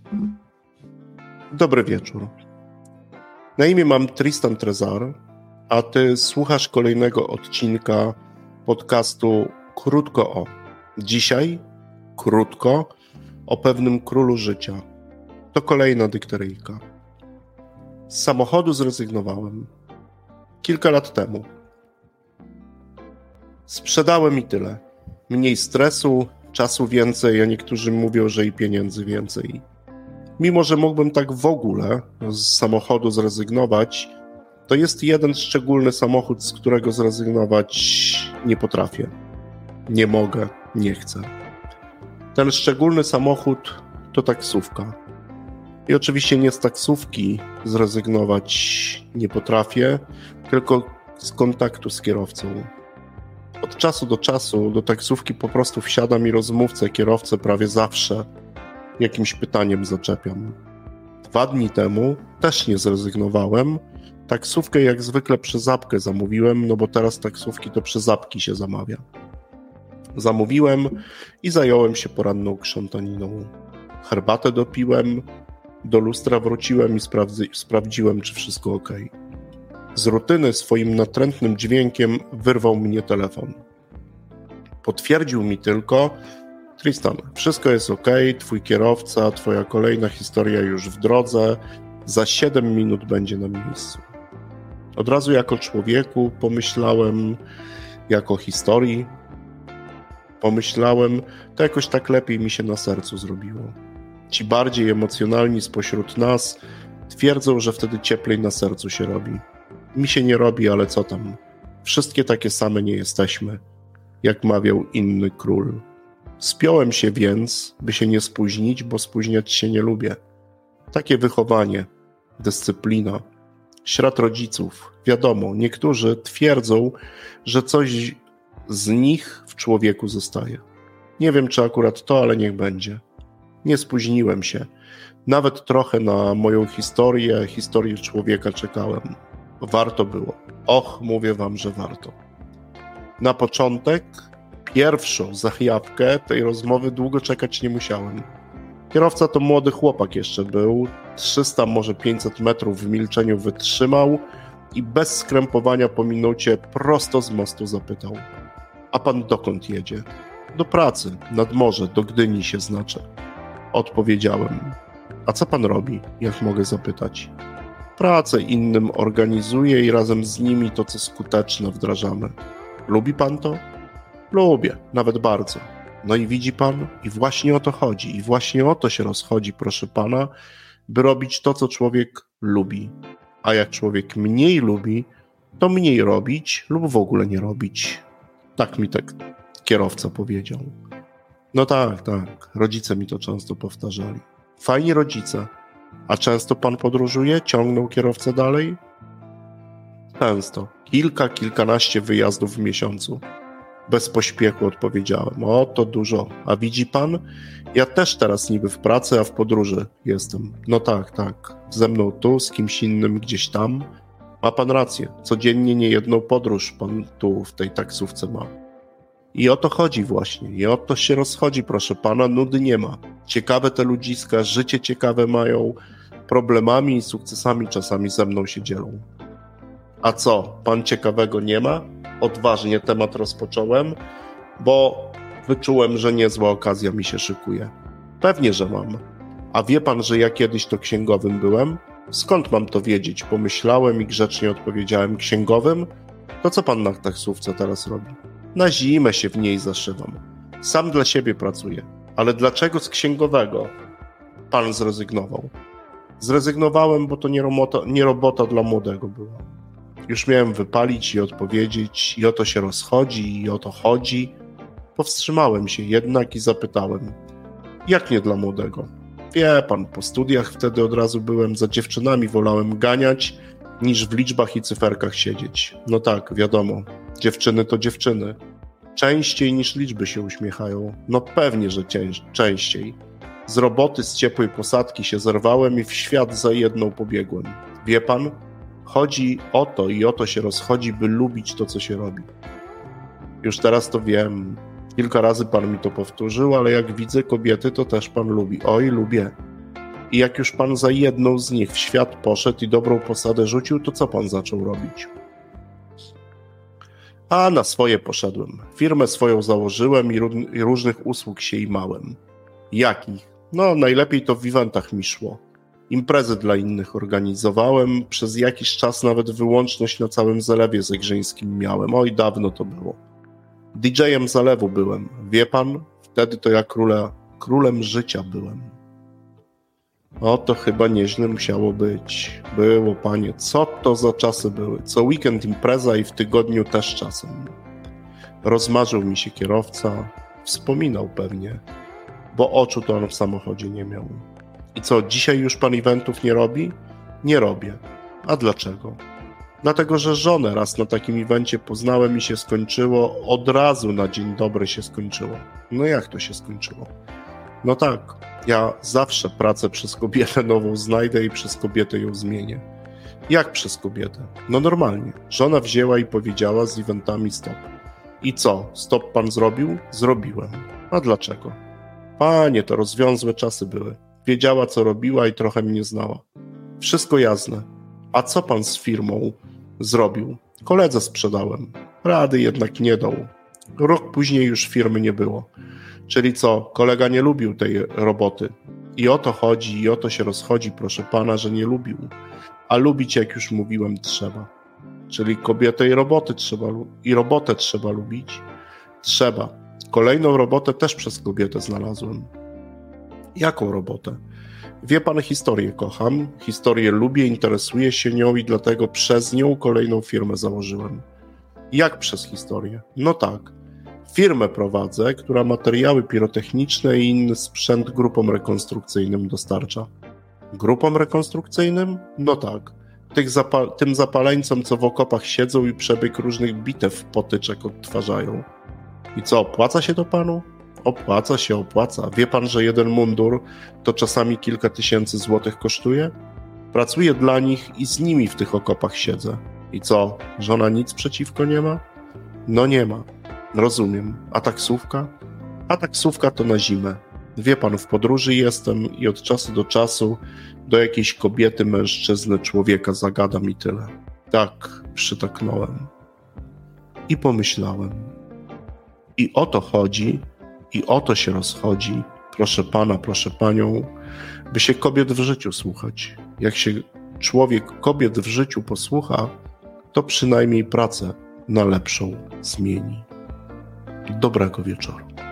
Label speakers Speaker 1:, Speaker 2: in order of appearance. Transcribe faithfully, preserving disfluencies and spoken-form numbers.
Speaker 1: Dobry wieczór. Na imię mam Tristan Trezar, a ty słuchasz kolejnego odcinka podcastu Krótko o. Dzisiaj krótko o pewnym królu życia. To kolejna dykteryjka. Z samochodu zrezygnowałem. Kilka lat temu. Sprzedałem i tyle. Mniej stresu, czasu więcej, a niektórzy mówią, że i pieniędzy więcej. Mimo że mógłbym tak w ogóle z samochodu zrezygnować, to jest jeden szczególny samochód, z którego zrezygnować nie potrafię. Nie mogę, nie chcę. Ten szczególny samochód to taksówka. I oczywiście nie z taksówki zrezygnować nie potrafię, tylko z kontaktu z kierowcą. Od czasu do czasu do taksówki po prostu wsiadam i rozmówcę kierowcę prawie zawsze jakimś pytaniem zaczepiam. Dwa dni temu też nie zrezygnowałem. Taksówkę jak zwykle przez apkę zamówiłem, no bo teraz taksówki to przez apki się zamawia. Zamówiłem i zająłem się poranną krzątaniną. Herbatę dopiłem, do lustra wróciłem i sprawdzi- sprawdziłem, czy wszystko ok. Z rutyny swoim natrętnym dźwiękiem wyrwał mnie telefon. Potwierdził mi tylko: Tristan, wszystko jest ok, twój kierowca, twoja kolejna historia już w drodze, za siedem minut będzie na miejscu. Od razu jako człowieku pomyślałem, jako historii pomyślałem, to jakoś tak lepiej mi się na sercu zrobiło. Ci bardziej emocjonalni spośród nas twierdzą, że wtedy cieplej na sercu się robi. Mi się nie robi, ale co tam? Wszystkie takie same nie jesteśmy, jak mawiał inny król. Spiąłem się więc, by się nie spóźnić, bo spóźniać się nie lubię. Takie wychowanie, dyscyplina, ślad rodziców. Wiadomo, niektórzy twierdzą, że coś z nich w człowieku zostaje. Nie wiem, czy akurat to, ale niech będzie. Nie spóźniłem się. Nawet trochę na moją historię, historię człowieka czekałem. Warto było. Och, mówię wam, że warto. Na początek, pierwszą zachjawkę tej rozmowy długo czekać nie musiałem. Kierowca to młody chłopak jeszcze był, trzysta, może pięćset metrów w milczeniu wytrzymał i bez skrępowania po minucie prosto z mostu zapytał: a pan dokąd jedzie? Do pracy, nad morze, do Gdyni się znaczy. Odpowiedziałem: a co pan robi, jak mogę zapytać? Pracę innym organizuję i razem z nimi to, co skuteczne, wdrażamy. Lubi pan to? Lubię, nawet bardzo. No i widzi pan, i właśnie o to chodzi, i właśnie o to się rozchodzi, proszę pana, by robić to, co człowiek lubi. A jak człowiek mniej lubi, to mniej robić lub w ogóle nie robić. Tak mi tak kierowca powiedział. No tak, tak, rodzice mi to często powtarzali. Fajni rodzice. A często pan podróżuje? Ciągnął kierowcę dalej? Często. Kilka, kilkanaście wyjazdów w miesiącu. Bez pośpiechu odpowiedziałem. O, to dużo. A widzi pan? Ja też teraz niby w pracy, a w podróży jestem. No tak, tak. Ze mną tu, z kimś innym gdzieś tam. Ma pan rację. Codziennie niejedną podróż pan tu w tej taksówce ma. I o to chodzi właśnie. I o to się rozchodzi, proszę pana. Nudy nie ma. Ciekawe te ludziska, życie ciekawe mają, problemami i sukcesami czasami ze mną się dzielą. A co, pan ciekawego nie ma? Odważnie temat rozpocząłem, bo wyczułem, że niezła okazja mi się szykuje. Pewnie, że mam. A wie pan, że ja kiedyś to księgowym byłem? Skąd mam to wiedzieć? Pomyślałem i grzecznie odpowiedziałem: księgowym? To co pan na taksówce teraz robi? Na zimę się w niej zaszywam. Sam dla siebie pracuję. Ale dlaczego z księgowego pan zrezygnował? Zrezygnowałem, bo to nie robota, nie robota dla młodego była. Już miałem wypalić i odpowiedzieć, i o to się rozchodzi, i o to chodzi. Powstrzymałem się jednak i zapytałem: jak nie dla młodego? Wie pan, po studiach wtedy od razu byłem za dziewczynami, wolałem ganiać, niż w liczbach i cyferkach siedzieć. No tak, wiadomo, dziewczyny to dziewczyny. Częściej niż liczby się uśmiechają. No pewnie, że cię- częściej. Z roboty, z ciepłej posadki się zerwałem i w świat za jedną pobiegłem. Wie pan? Chodzi o to i o to się rozchodzi, by lubić to, co się robi. Już teraz to wiem. Kilka razy pan mi to powtórzył, ale jak widzę kobiety, to też pan lubi. Oj, lubię. I jak już pan za jedną z nich w świat poszedł i dobrą posadę rzucił, to co pan zaczął robić? A na swoje poszedłem. Firmę swoją założyłem i, ró- i różnych usług się imałem. Jakich? No najlepiej to w eventach mi szło. Imprezy dla innych organizowałem, przez jakiś czas nawet wyłączność na całym Zalewie Zegrzyńskim miałem. Oj, dawno to było. D J-em Zalewu byłem. Wie pan? Wtedy to ja króle, królem życia byłem. O, to chyba nieźle musiało być. Było, panie. Co to za czasy były? Co weekend impreza i w tygodniu też czasem. Rozmarzył mi się kierowca. Wspominał pewnie, bo oczu to on w samochodzie nie miał. I co, dzisiaj już pan eventów nie robi? Nie robię. A dlaczego? Dlatego, że żonę raz na takim evencie poznałem i się skończyło. Od razu na dzień dobry się skończyło. No jak to się skończyło? No tak, ja zawsze pracę przez kobietę nową znajdę i przez kobietę ją zmienię. Jak przez kobietę? No normalnie. Żona wzięła i powiedziała z eventami stop. I co? Stop pan zrobił? Zrobiłem. A dlaczego? Panie, to rozwiązłe czasy były. Wiedziała, co robiła i trochę mnie znała. Wszystko jasne. A co pan z firmą zrobił? Koledze sprzedałem. Rady jednak nie dał. Rok później już firmy nie było. Czyli co? Kolega nie lubił tej roboty. I o to chodzi, i o to się rozchodzi, proszę pana, że nie lubił. A lubić, jak już mówiłem, trzeba. Czyli kobietę i roboty trzeba, i robotę trzeba lubić. Trzeba. Kolejną robotę też przez kobietę znalazłem. Jaką robotę? Wie pan, historię kocham, historię lubię, interesuję się nią i dlatego przez nią kolejną firmę założyłem. Jak przez historię? No tak. Firmę prowadzę, która materiały pirotechniczne i inny sprzęt grupom rekonstrukcyjnym dostarcza. Grupom rekonstrukcyjnym? No tak. Tych zapa- tym zapaleńcom, co w okopach siedzą i przebieg różnych bitew potyczek odtwarzają. I co, opłaca się to panu? Opłaca się, opłaca. Wie pan, że jeden mundur to czasami kilka tysięcy złotych kosztuje? Pracuję dla nich i z nimi w tych okopach siedzę. I co, żona nic przeciwko nie ma? No nie ma. Rozumiem. A taksówka? A taksówka to na zimę. Wie pan, w podróży jestem i od czasu do czasu do jakiejś kobiety, mężczyzny, człowieka zagadam i tyle. Tak, przytaknąłem. I pomyślałem. I o to chodzi, i o to się rozchodzi, proszę pana, proszę panią, by się kobiet w życiu słuchać. Jak się człowiek kobiet w życiu posłucha, to przynajmniej pracę na lepszą zmieni. Dobrego wieczoru.